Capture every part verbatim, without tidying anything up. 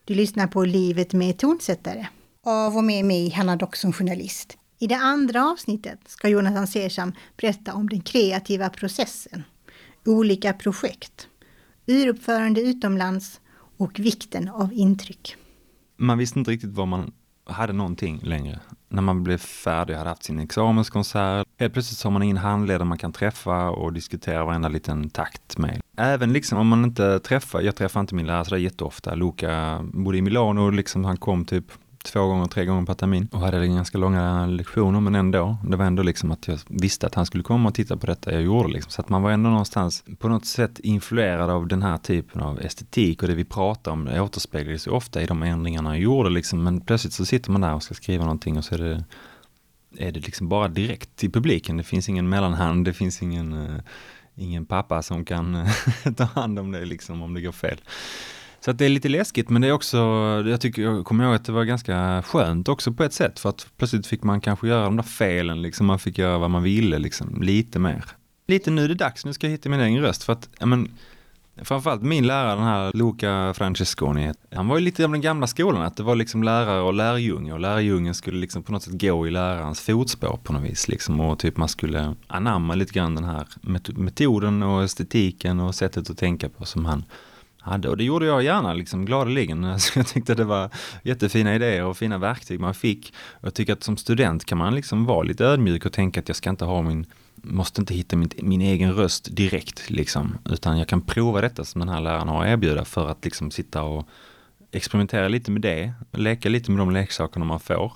Du lyssnar på Livet med tonsättare. Av och med mig, Hanna Dock, som journalist. I det andra avsnittet ska Jonathan Sersam berätta om den kreativa processen, olika projekt, uruppförande utomlands och vikten av intryck. Man visste inte riktigt vad man hade någonting längre. När man blev färdig och hade haft sin examenskonsert. Helt plötsligt så har man ingen handledare man kan träffa och diskutera varenda liten takt med. Även liksom om man inte träffar, jag träffar inte min lärare så där jätteofta. Luca bodde i Milano och liksom han kom typ två gånger, tre gånger per termin. Och hade ganska långa lektioner, men ändå. Det var ändå liksom att jag visste att han skulle komma och titta på detta jag gjorde. Liksom. Så att man var ändå någonstans på något sätt influerad av den här typen av estetik. Och det vi pratar om det återspeglades ju ofta i de ändringarna jag gjorde. Liksom. Men plötsligt så sitter man där och ska skriva någonting och så är det, är det liksom bara direkt till publiken. Det finns ingen mellanhand, det finns ingen, uh, ingen pappa som kan ta hand om det liksom, om det går fel. Så att det är lite läskigt, men det är också, jag tycker, jag kommer ihåg att det var ganska skönt också på ett sätt, för att plötsligt fick man kanske göra de där felen, liksom, man fick göra vad man ville, liksom, lite mer. Lite nu är det dags, nu ska jag hitta min egen röst, för att, ja men, framförallt min lärare, den här Luca Francesconi, han var ju lite av den gamla skolan, att det var liksom lärare och lärjunge, och lärjungen skulle liksom på något sätt gå i lärarens fotspår på något vis, liksom, och typ man skulle anamma lite grann den här metoden och estetiken och sättet att tänka på som han hade, och det gjorde jag gärna liksom, gladeligen. Så jag tyckte det var jättefina idéer och fina verktyg man fick. Och jag tycker att som student kan man liksom vara lite ödmjuk och tänka att jag ska inte ha min, måste inte hitta min, min egen röst direkt liksom, utan jag kan prova detta som den här läraren har att erbjuda för att liksom sitta och experimentera lite med det, leka lite med de leksakerna man får.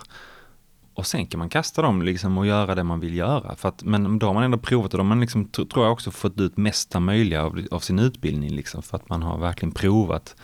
Och sen kan man kasta dem liksom och göra det man vill göra. För att, men då har man ändå provat och då har man liksom, tror jag också fått ut mesta möjliga av, av sin utbildning. Liksom, för att man har verkligen provat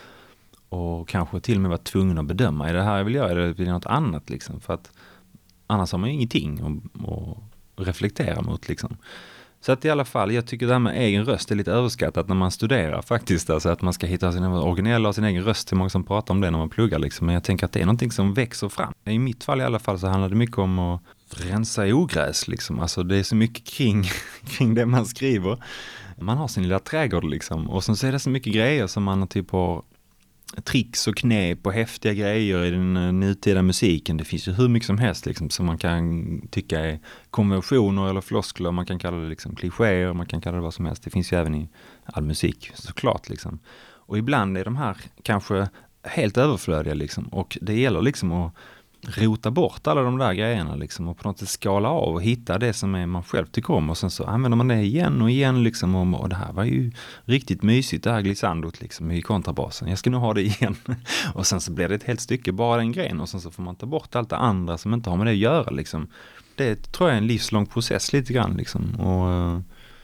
och kanske till och med varit tvungen att bedöma. Är det här jag vill göra eller vill jag något annat? Liksom, för att annars har man ju ingenting att, att reflektera mot. Liksom. Så att i alla fall, jag tycker det här med egen röst är lite överskattat när man studerar faktiskt. Alltså att man ska hitta sin originella och sin egen röst. Det är många som pratar om det när man pluggar liksom. Men jag tänker att det är någonting som växer fram. I mitt fall i alla fall så handlar det mycket om att rensa i ogräs liksom. Alltså det är så mycket kring, kring det man skriver. Man har sin lilla trädgård liksom. Och sen så är det så mycket grejer som man typ har tricks och knep och häftiga grejer i den nutida musiken. Det finns ju hur mycket som helst liksom, som man kan tycka är konventioner eller floskler. Man kan kalla det liksom klichéer, man kan kalla det vad som helst. Det finns ju även i all musik såklart liksom. Och ibland är de här kanske helt överflödiga liksom. Och det gäller liksom att rota bort alla de där grejerna liksom, och på något sätt skala av och hitta det som är man själv tycker om, och sen så använder man det igen och igen liksom, och, och det här var ju riktigt mysigt, det här glissandot liksom i kontrabasen, jag ska nog ha det igen och sen så blir det ett helt stycke, bara en gren, och sen så får man ta bort allt det andra som inte har med det att göra liksom. Det tror jag är en livslång process lite grann liksom, och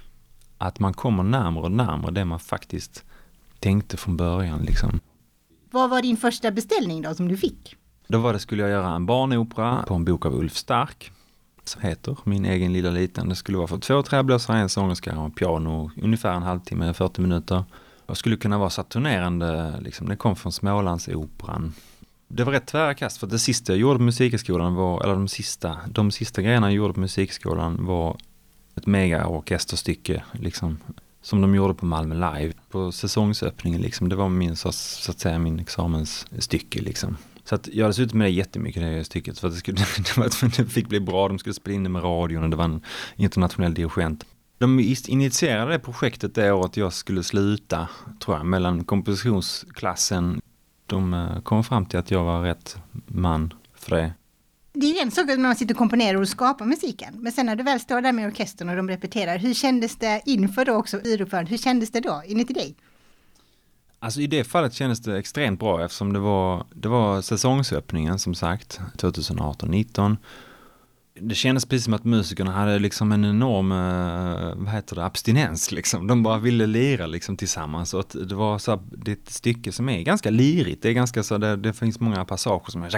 att man kommer närmare och närmare det man faktiskt tänkte från början liksom. Vad var din första beställning då som du fick? Då var det, skulle jag göra en barnopera på en bok av Ulf Stark som heter Min egen lilla liten. Det skulle vara för två träblåsare, en sångerska och en piano, ungefär en halvtimme, fyrtio minuter. Och skulle kunna vara så turnerande, liksom. Det kom från Smålandsoperan. Det var rätt tvära kast, för det sista jag gjorde på musikskolan var, eller de sista, de sista grejerna jag gjorde på musikskolan var ett mega orkesterstycke liksom, som de gjorde på Malmö Live på säsongsöppningen liksom. Det var min, så, så att säga, min examensstycke liksom. Så att jag hade suttit med det jättemycket, det stycket, för att det, skulle, det, var att det fick bli bra. De skulle spela in det med radion och det var en internationell dirigent. De initierade det projektet det året jag skulle sluta, tror jag, mellan kompositionsklassen. De kom fram till att jag var rätt man för det. Det är en sak när man sitter och komponerar och skapar musiken. Men sen när du väl står där med orkestern och de repeterar, hur kändes det inför då också uruppförandet? Hur kändes det då, inuti dig? Alltså i det fallet kändes det extremt bra, eftersom det var, det var säsongsöppningen som sagt, tjugoarton nitton. Det kändes precis som att musikerna hade liksom en enorm, vad heter det, abstinens liksom. De bara ville lira liksom tillsammans, och det var så, det är ett stycke som är ganska lirigt. Det är ganska så, det, det finns många passager som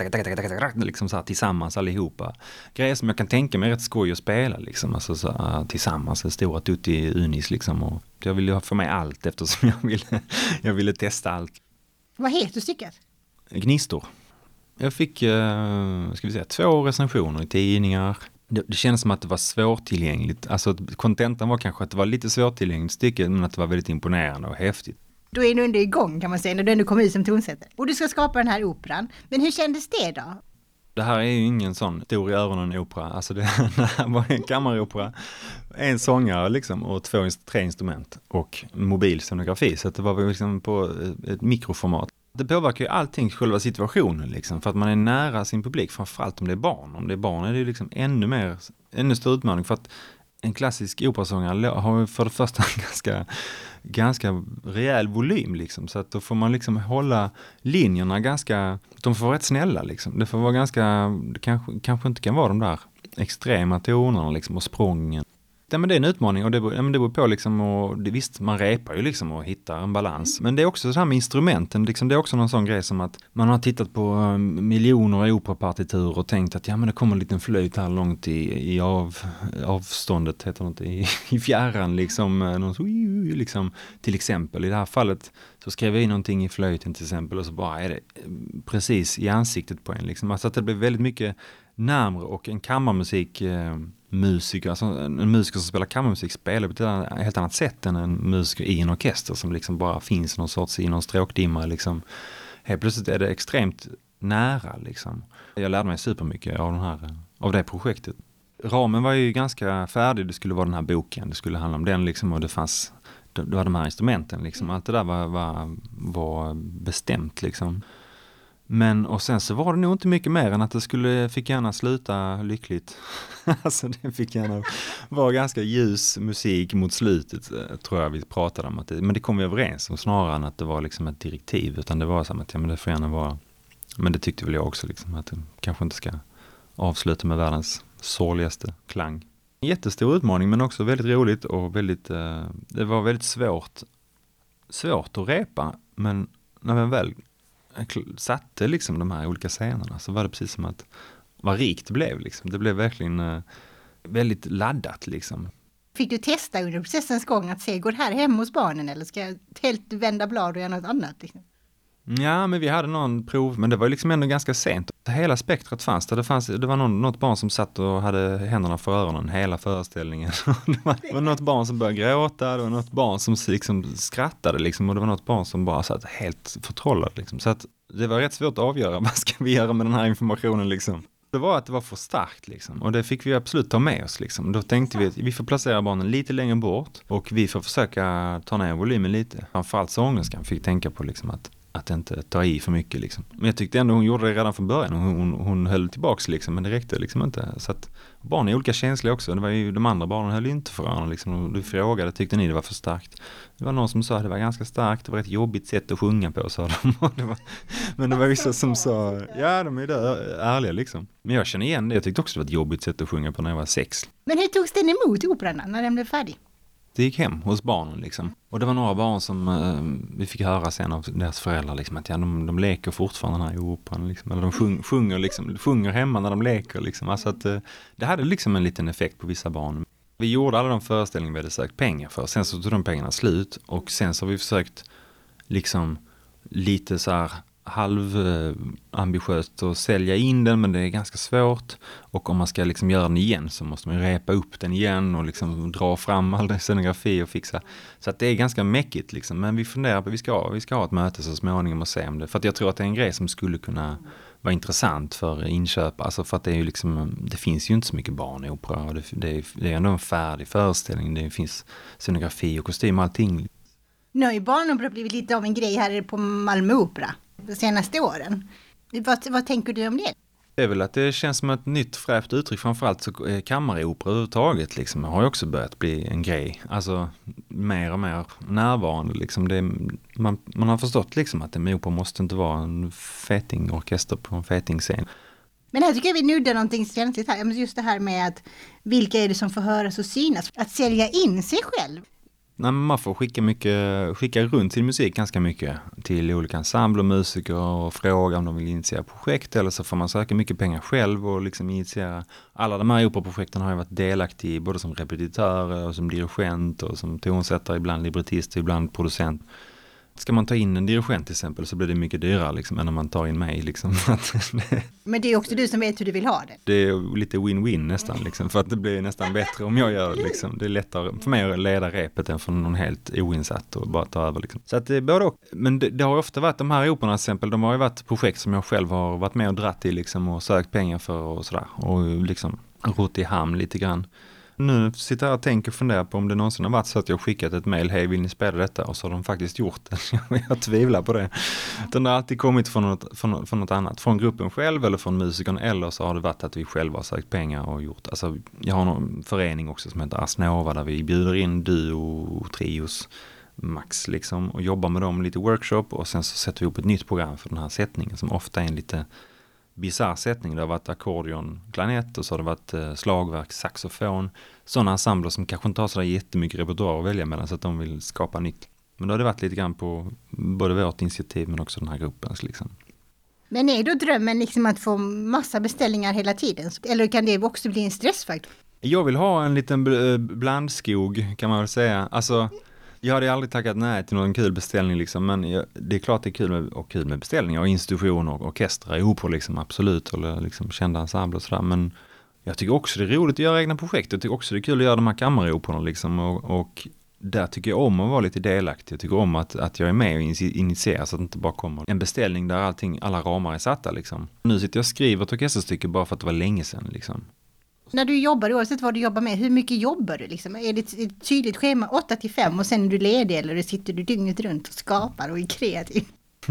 är liksom så här tillsammans allihopa. Grejer som jag kan tänka mig rätt skoj att spela liksom, alltså så här, tillsammans, en stora tutti unis liksom, och jag ville få med allt eftersom jag ville, jag ville testa allt. Vad heter stycket? Gnistor. Jag fick, ska vi säga, två recensioner i tidningar. Det, det kändes som att det var svårtillgängligt. Alltså kontentan var kanske att det var lite svårtillgängligt stycke, men att det var väldigt imponerande och häftigt. Då är du ändå igång kan man säga, när du ändå kommer ut som tonsättare. Och du ska skapa den här operan. Men hur kändes det då? Det här är ju ingen sån stor i öronen-opera. Alltså det här var en kammaropera. En sångare liksom och två, tre instrument och mobil scenografi. Så att det var liksom på ett mikroformat. Det påverkar ju allting, själva situationen liksom. För att man är nära sin publik, framförallt om det är barn. Om det är barn är det ju liksom ännu mer, ännu större utmaning. För att en klassisk operasångare har för det första ganska, ganska rejäl volym liksom. Så att då får man liksom hålla linjerna ganska, de får vara rätt snälla liksom. Det får vara ganska, det kanske, kanske inte kan vara de där extrema tonerna liksom och sprången. Ja, men det är en utmaning och det beror, ja, men det beror på liksom, och det, visst man repar ju liksom och hittar en balans. Men det är också så här med instrumenten, liksom, det är också någon sån grej som att man har tittat på um, miljoner operapartitur och tänkt att ja men det kommer en liten flöjt här långt i, i av, avståndet, heter det inte, i, i fjärran liksom, någon så, liksom, till exempel. I det här fallet så skrev jag in någonting i flöjten till exempel och så bara är det precis i ansiktet på en. Liksom. Alltså att det blir väldigt mycket närmare och en kammarmusik eh, musiker, alltså en musiker som spelar kammarmusik spelar på ett helt annat sätt än en musiker i en orkester som liksom bara finns någon sorts i någon stråkdimma liksom. Helt plötsligt är det extremt nära liksom. Jag lärde mig supermycket av den här, av det projektet. Ramen var ju ganska färdig, det skulle vara den här boken, det skulle handla om den liksom och det fanns, det var de här instrumenten liksom, allt det där var, var, var bestämt liksom. Men och sen så var det nog inte mycket mer än att det skulle, fick gärna sluta lyckligt. Alltså det fick gärna vara ganska ljus musik mot slutet, tror jag vi pratade om. Att det, men det kom vi överens om snarare än att det var liksom ett direktiv, utan det var som att ja, men det får gärna vara, men det tyckte väl jag också liksom, att det kanske inte ska avsluta med världens sorgligaste klang. En jättestor utmaning men också väldigt roligt och väldigt, eh, det var väldigt svårt, svårt att repa, men när man väl satte liksom de här olika scenerna så var det precis som att vad rikt det blev liksom. Det blev verkligen uh, väldigt laddat liksom. Fick du testa under processens gång att se, går det här hem hos barnen eller ska jag helt vända blad och göra något annat liksom? Ja, men vi hade någon prov, men det var liksom ändå ganska sent. Hela spektrat fanns det. Det, fanns, det var någon, något barn som satt och hade händerna för öronen hela föreställningen. det, var, det var något barn som började gråta, det var något barn som liksom skrattade liksom, och det var något barn som bara satt helt förtrollad. Liksom. Så att det var rätt svårt att avgöra, vad ska vi göra med den här informationen liksom. Det var att det var för starkt liksom. Och det fick vi absolut ta med oss liksom. Då tänkte vi att vi får placera barnen lite längre bort och vi får försöka ta ner volymen lite. Framförallt sångerskan fick tänka på liksom att att inte ta i för mycket liksom. Men jag tyckte ändå hon gjorde det redan från början. Hon, hon, hon höll tillbaks liksom, men det räckte liksom inte. Så att barn är olika känsliga också. Det var ju, de andra barnen höll inte för öronen liksom. Du frågade, tyckte ni det var för starkt? Det var någon som sa att det var ganska starkt. Det var ett jobbigt sätt att sjunga på, sa de. det var, men det var vissa som sa, ja de är där ärliga liksom. Men jag känner igen det. Jag tyckte också det var ett jobbigt sätt att sjunga på när jag var sex. Men hur togs den emot operan när den blev färdig? Det gick hem hos barnen liksom. Och det var några barn som eh, vi fick höra sen av deras föräldrar liksom, att ja, de, de leker fortfarande här i operan liksom. Eller de sjung, sjunger, liksom, sjunger hemma när de leker liksom. Alltså att eh, det hade liksom en liten effekt på vissa barn. Vi gjorde alla de föreställningar vi hade sökt pengar för. Sen så tog de pengarna slut och sen så har vi försökt liksom lite så här halvambitiöst att sälja in den, men det är ganska svårt. Och om man ska liksom göra den igen så måste man repa upp den igen och liksom dra fram all den scenografi och fixa. Så att det är ganska mäckigt liksom. Men vi funderar på att vi ska, vi ska ha ett möte så småningom och se om det. För att jag tror att det är en grej som skulle kunna vara intressant för inköp. Alltså för att det är ju liksom, det finns ju inte så mycket barn i opera. Och det, det, är, det är ändå en färdig föreställning. Det finns scenografi och kostym och allting. Nu har ju barnopera blivit lite av en grej här på Malmö Opera de senaste åren. Vad, vad tänker du om det? Det är väl att det känns som ett nytt fräscht uttryck, framförallt så kammaropera överhuvudtaget liksom, har ju också börjat bli en grej. Alltså mer och mer närvarande liksom. Det, man, man har förstått liksom att en opera måste inte vara en fetingorkester på en fetingscen. Men här tycker jag vi nuddar någonting känsligt här. Just det här med att vilka är det som får höras och synas? Att sälja in sig själv. Nej, man får skicka, mycket, skicka runt sin musik ganska mycket till olika ensembler och musiker och fråga om de vill initiera projekt, eller så får man söka mycket pengar själv och liksom initiera. Alla de här operaprojekten har jag varit delaktig i, både som repetitör och som dirigent och som tonsättare, ibland librettist och ibland producent. Ska man ta in en dirigent till exempel så blir det mycket dyrare liksom, än när man tar in mig. Liksom. Men det är också du som vet hur du vill ha det. Det är lite win-win nästan, liksom, för att det blir nästan bättre om jag gör det. Liksom. Det är lättare för mig att leda repet än för någon helt oinsatt och bara ta över. Liksom. Så att det är både och. Men det, det har ju ofta varit de här operorna till exempel, de har ju varit projekt som jag själv har varit med och dratt i liksom, och sökt pengar för och sådär. Och liksom rott i hamn lite grann. Nu sitter jag och tänker och funderar på om det någonsin har varit så att jag skickat ett mejl, hej vill ni spela detta? Och så har de faktiskt gjort det. Jag tvivlar på det. Den har alltid kommit från något, från, från något annat. Från gruppen själv eller från musikern, eller så har det varit att vi själva har sökt pengar och gjort. Alltså, jag har en förening också som heter Asnova där vi bjuder in duo, trios, max liksom och jobbar med dem lite workshop och sen så sätter vi upp ett nytt program för den här sättningen som ofta är en lite bizarr sättning. Det har varit ackordion, klanett och så har det varit eh, slagverk, saxofon. Sådana ensembler som kanske inte har så jättemycket repertoar att välja mellan så att de vill skapa nytt. Men då har det varit lite grann på både vårt initiativ men också den här gruppens liksom. Men är då drömmen liksom att få massa beställningar hela tiden? Eller kan det också bli en stressfaktor? Jag vill ha en liten blandskog kan man väl säga. Alltså, jag hade aldrig tackat nej till någon kul beställning liksom, men jag, det är klart det är kul med, och kul med beställningar och institutioner och orkestrar, operor liksom, absolut, eller liksom kända ensembler och sådär, men jag tycker också det är roligt att göra egna projekt, jag tycker också det är kul att göra de här kammaroperorna liksom, och, och där tycker jag om att vara lite delaktig, jag tycker om att, att jag är med och initierar så att det inte bara kommer en beställning där allting, alla ramar är satta liksom. Nu sitter jag och skriver ett orkesterstycke bara för att det var länge sedan liksom. När du jobbar, oavsett vad du jobbar med, hur mycket jobbar du? Liksom? Är det ett tydligt schema åtta till fem och sen är du ledig eller sitter du dygnet runt och skapar och är kreativ?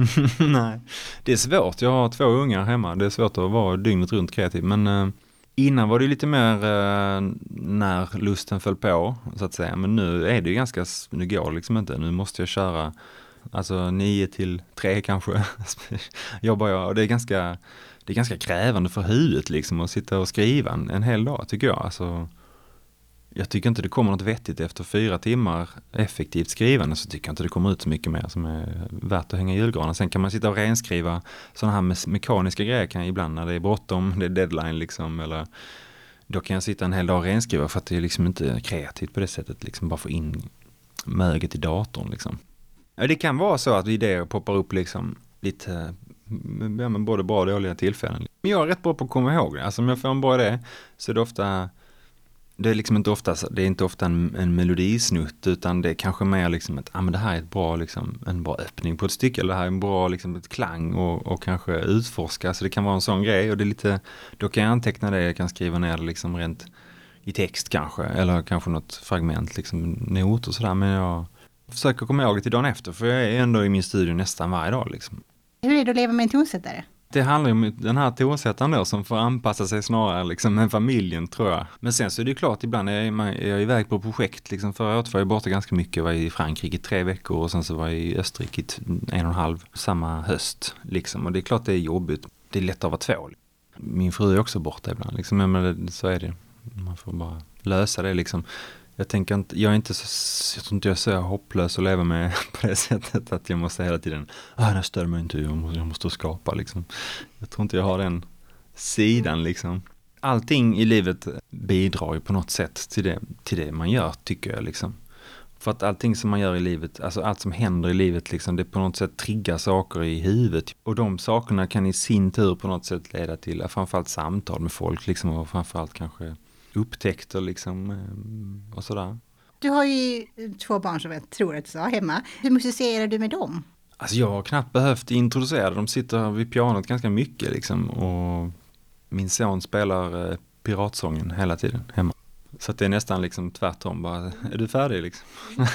Nej, det är svårt. Jag har två ungar hemma. Det är svårt att vara dygnet runt kreativ. Men eh, innan var det lite mer eh, när lusten föll på, så att säga. Men nu är det ju ganska, nu går det liksom inte. Nu måste jag köra alltså nio till tre kanske. Jobbar jag och det är ganska... Det är ganska krävande för huvudet liksom att sitta och skriva en, en hel dag tycker jag. Alltså, jag tycker inte det kommer något vettigt efter fyra timmar effektivt skrivande, så tycker jag inte det kommer ut så mycket mer som är värt att hänga i julgranen. Sen kan man sitta och renskriva sådana här me- mekaniska grejer kan ibland när det är bråttom, det är deadline liksom, eller då kan jag sitta en hel dag och renskriva för att det är liksom inte kreativt på det sättet, liksom bara få in möget i datorn liksom. Ja, det kan vara så att idéer poppar upp liksom lite... Ja, men både bra och dåliga tillfällen. Men jag är rätt bra på att komma ihåg det. Alltså om jag får en bra idé så är det ofta, det är liksom inte ofta, det är inte ofta en, en melodisnutt, utan det är kanske mer liksom att, ah, men det här är ett bra, liksom, en bra öppning på ett stycke, eller det här är en bra liksom, ett klang och, och kanske utforska, så det kan vara en sån grej och det är lite, då kan jag anteckna det, jag kan skriva ner det liksom rent i text kanske, eller kanske något fragment, liksom not och sådär, men jag försöker komma ihåg det till dagen efter, för jag är ändå i min studio nästan varje dag liksom. Hur är det att leva med en tonsättare? Det handlar ju om den här tonsättaren då som får anpassa sig snarare liksom med familjen tror jag. Men sen så är det ju klart, ibland är jag, jag är iväg på projekt liksom. Förra året var jag borta ganska mycket, jag var i Frankrike i tre veckor och sen så var jag i Österrike i en och en halv samma höst liksom. Och det är klart det är jobbigt. Det är lätt att vara två. Min fru är också borta ibland liksom, men så är det. Man får bara lösa det liksom. Jag tänker inte, jag är inte så, jag tror inte jag är så hopplös att leva med på det sättet att jag måste hela tiden, ah, det stör mig inte, jag måste, jag måste skapa liksom. Jag tror inte jag har den sidan liksom. Allting i livet bidrar ju på något sätt till det, till det man gör, tycker jag liksom. För att allting som man gör i livet, alltså allt som händer i livet liksom, det på något sätt triggar saker i huvudet. Och de sakerna kan i sin tur på något sätt leda till framförallt samtal med folk liksom, och framförallt kanske upptäckter liksom och sådär. Du har ju två barn som jag tror att du sa hemma. Hur musicerar du med dem? Alltså jag har knappt behövt introducera. De sitter vid pianot ganska mycket liksom, och min son spelar eh, piratsången hela tiden hemma. Så att det är nästan liksom tvärtom. Bara, är du färdig liksom?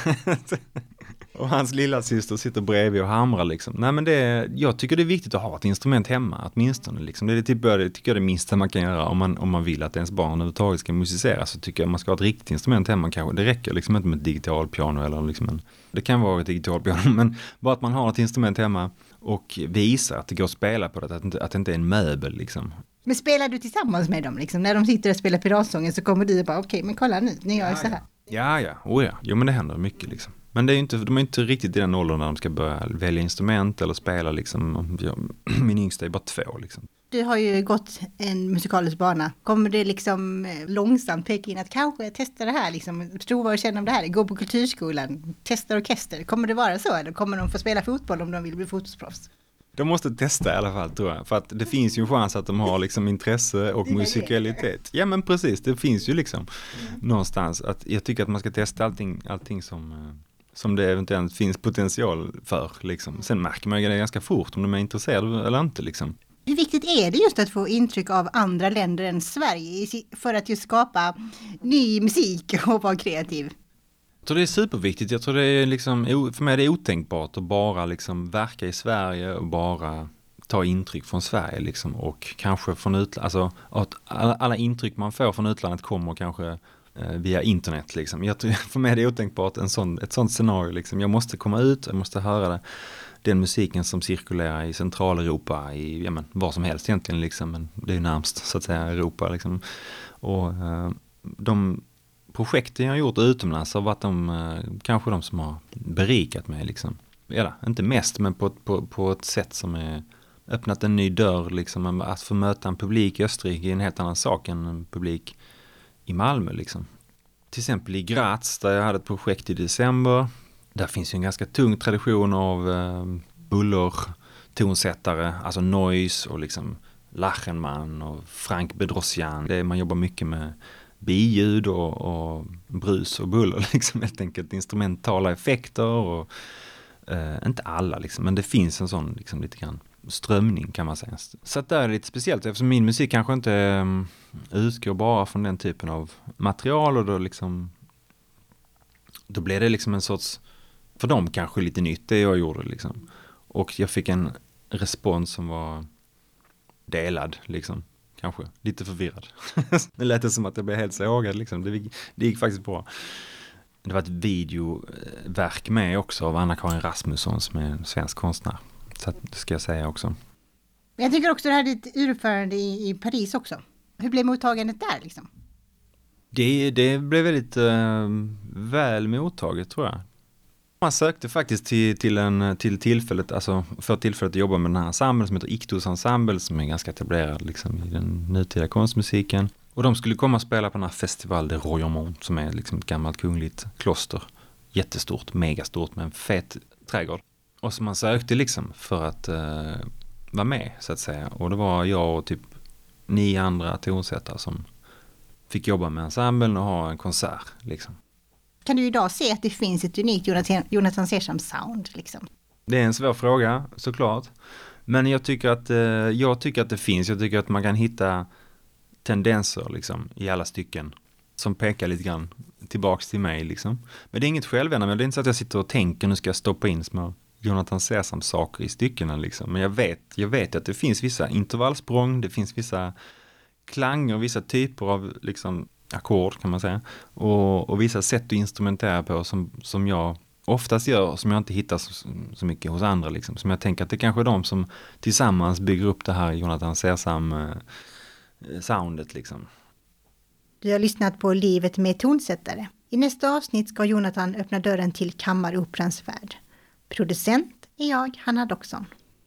Och hans lilla syster sitter bredvid och hamrar liksom. Nej, men det är, jag tycker det är viktigt att ha ett instrument hemma åtminstone liksom. Det är typ, det tycker jag det minsta man kan göra om man, om man vill att ens barn överhuvudtaget ska musicera, så tycker jag man ska ha ett riktigt instrument hemma kanske. Det räcker liksom inte med ett digitalpiano eller liksom en, det kan vara ett digitalpiano, men bara att man har ett instrument hemma och visar att det går att spela på det, att, att det inte är en möbel liksom. Men spelar du tillsammans med dem liksom? När de sitter och spelar piratsången så kommer du och bara, okej, okay, men kolla nu, ni gör ju så här. Ja, ja, oh ja. Jo, men det händer mycket liksom. Men det är inte, de är inte riktigt i den åldern när de ska börja välja instrument eller spela liksom. Jag, min yngsta är bara två liksom. Du har ju gått en musikalisk bana. Kommer det liksom långsamt peka in att kanske testa det här, liksom, prova och känna om det här, gå på kulturskolan, testa orkester. Kommer det vara så eller kommer de få spela fotboll om de vill bli fotbollsproffs? De måste testa i alla fall, tror jag. För att det finns ju en chans att de har liksom intresse och musikalitet. Ja, men precis. Det finns ju liksom mm. någonstans. Att jag tycker att man ska testa allting, allting som, som det eventuellt finns potential för. Liksom. Sen märker man ju det ganska fort om de är intresserade eller inte. Liksom. Hur viktigt är det just att få intryck av andra länder än Sverige för att just skapa ny musik och vara kreativ? Jag tror det är superviktigt. Jag tror det är liksom, för mig är det otänkbart att bara liksom verka i Sverige och bara ta intryck från Sverige liksom, och kanske från utlandet. Alltså att alla, alla intryck man får från utlandet kommer kanske eh, via internet liksom. Jag tror, för mig är det otänkbart en sån, ett sånt scenario liksom. Jag måste komma ut, jag måste höra det. Den musiken som cirkulerar i Centraleuropa, i ja, men, vad som helst egentligen liksom, men det är ju närmst så att säga Europa liksom. Och eh, de projekten jag har gjort utomlands har varit de, eh, kanske de som har berikat mig liksom. Ja, inte mest, men på, på, på ett sätt som är öppnat en ny dörr liksom. Att få möta en publik i Österrike är en helt annan sak än en publik i Malmö liksom. Till exempel i Graz där jag hade ett projekt i december. Där finns ju en ganska tung tradition av eh, buller, tonsättare, alltså noise och liksom Lachenmann och Frank Bedrosian. Det är, man jobbar mycket med biljud och, och brus och buller, liksom helt enkelt instrumentala effekter och eh, inte alla liksom, men det finns en sån liksom lite grann strömning kan man säga. Så att det är lite speciellt eftersom min musik kanske inte um, utgår bara från den typen av material och då liksom då blev det liksom en sorts, för dem kanske lite nytt det jag gjorde liksom. Och jag fick en respons som var delad liksom. Kanske lite förvirrad. Det lät det som att jag blev helt sågad liksom. Det, det gick faktiskt bra. Det var ett videoverk med också av Anna-Karin Rasmusson som är en svensk konstnär. Så det ska jag säga också. Jag tycker också det här är ett urförande i, i Paris också. Hur blev mottagandet där liksom? Det, det blev väldigt uh, väl mottaget tror jag. Man sökte faktiskt till, till, en, till tillfället, alltså för tillfället att jobba med den här ensemblen som heter Iktus ensemble som är ganska etablerad liksom, i den nutida konstmusiken. Och de skulle komma och spela på den här Festival de Royaumont som är liksom ett gammalt kungligt kloster. Jättestort, megastort med en fet trädgård. Och så man sökte liksom för att uh, vara med så att säga. Och det var jag och typ nio andra tonsättare som fick jobba med ensemblen och ha en konsert liksom. Kan du idag se att det finns ett unikt Jonathan, Jonathan Sersam sound liksom? Det är en svår fråga såklart. Men jag tycker att eh, jag tycker att det finns. Jag tycker att man kan hitta tendenser liksom i alla stycken som pekar lite grann tillbaks till mig liksom. Men det är inget självändamål. Men det är inte så att jag sitter och tänker nu ska jag stoppa in små Jonathan Sersam saker i styckena liksom. Men jag vet, jag vet att det finns vissa intervallsprång, det finns vissa klanger, vissa typer av liksom ackord kan man säga. Och, och vissa sätt att instrumentera på som, som jag oftast gör som jag inte hittar så, så mycket hos andra liksom. Som jag tänker att det kanske är de som tillsammans bygger upp det här Jonathan Sersam eh, soundet liksom. Du har lyssnat på Livet med tonsättare. I nästa avsnitt ska Jonathan öppna dörren till Kammaroperans värld. Producent är jag, Hanna Doxon.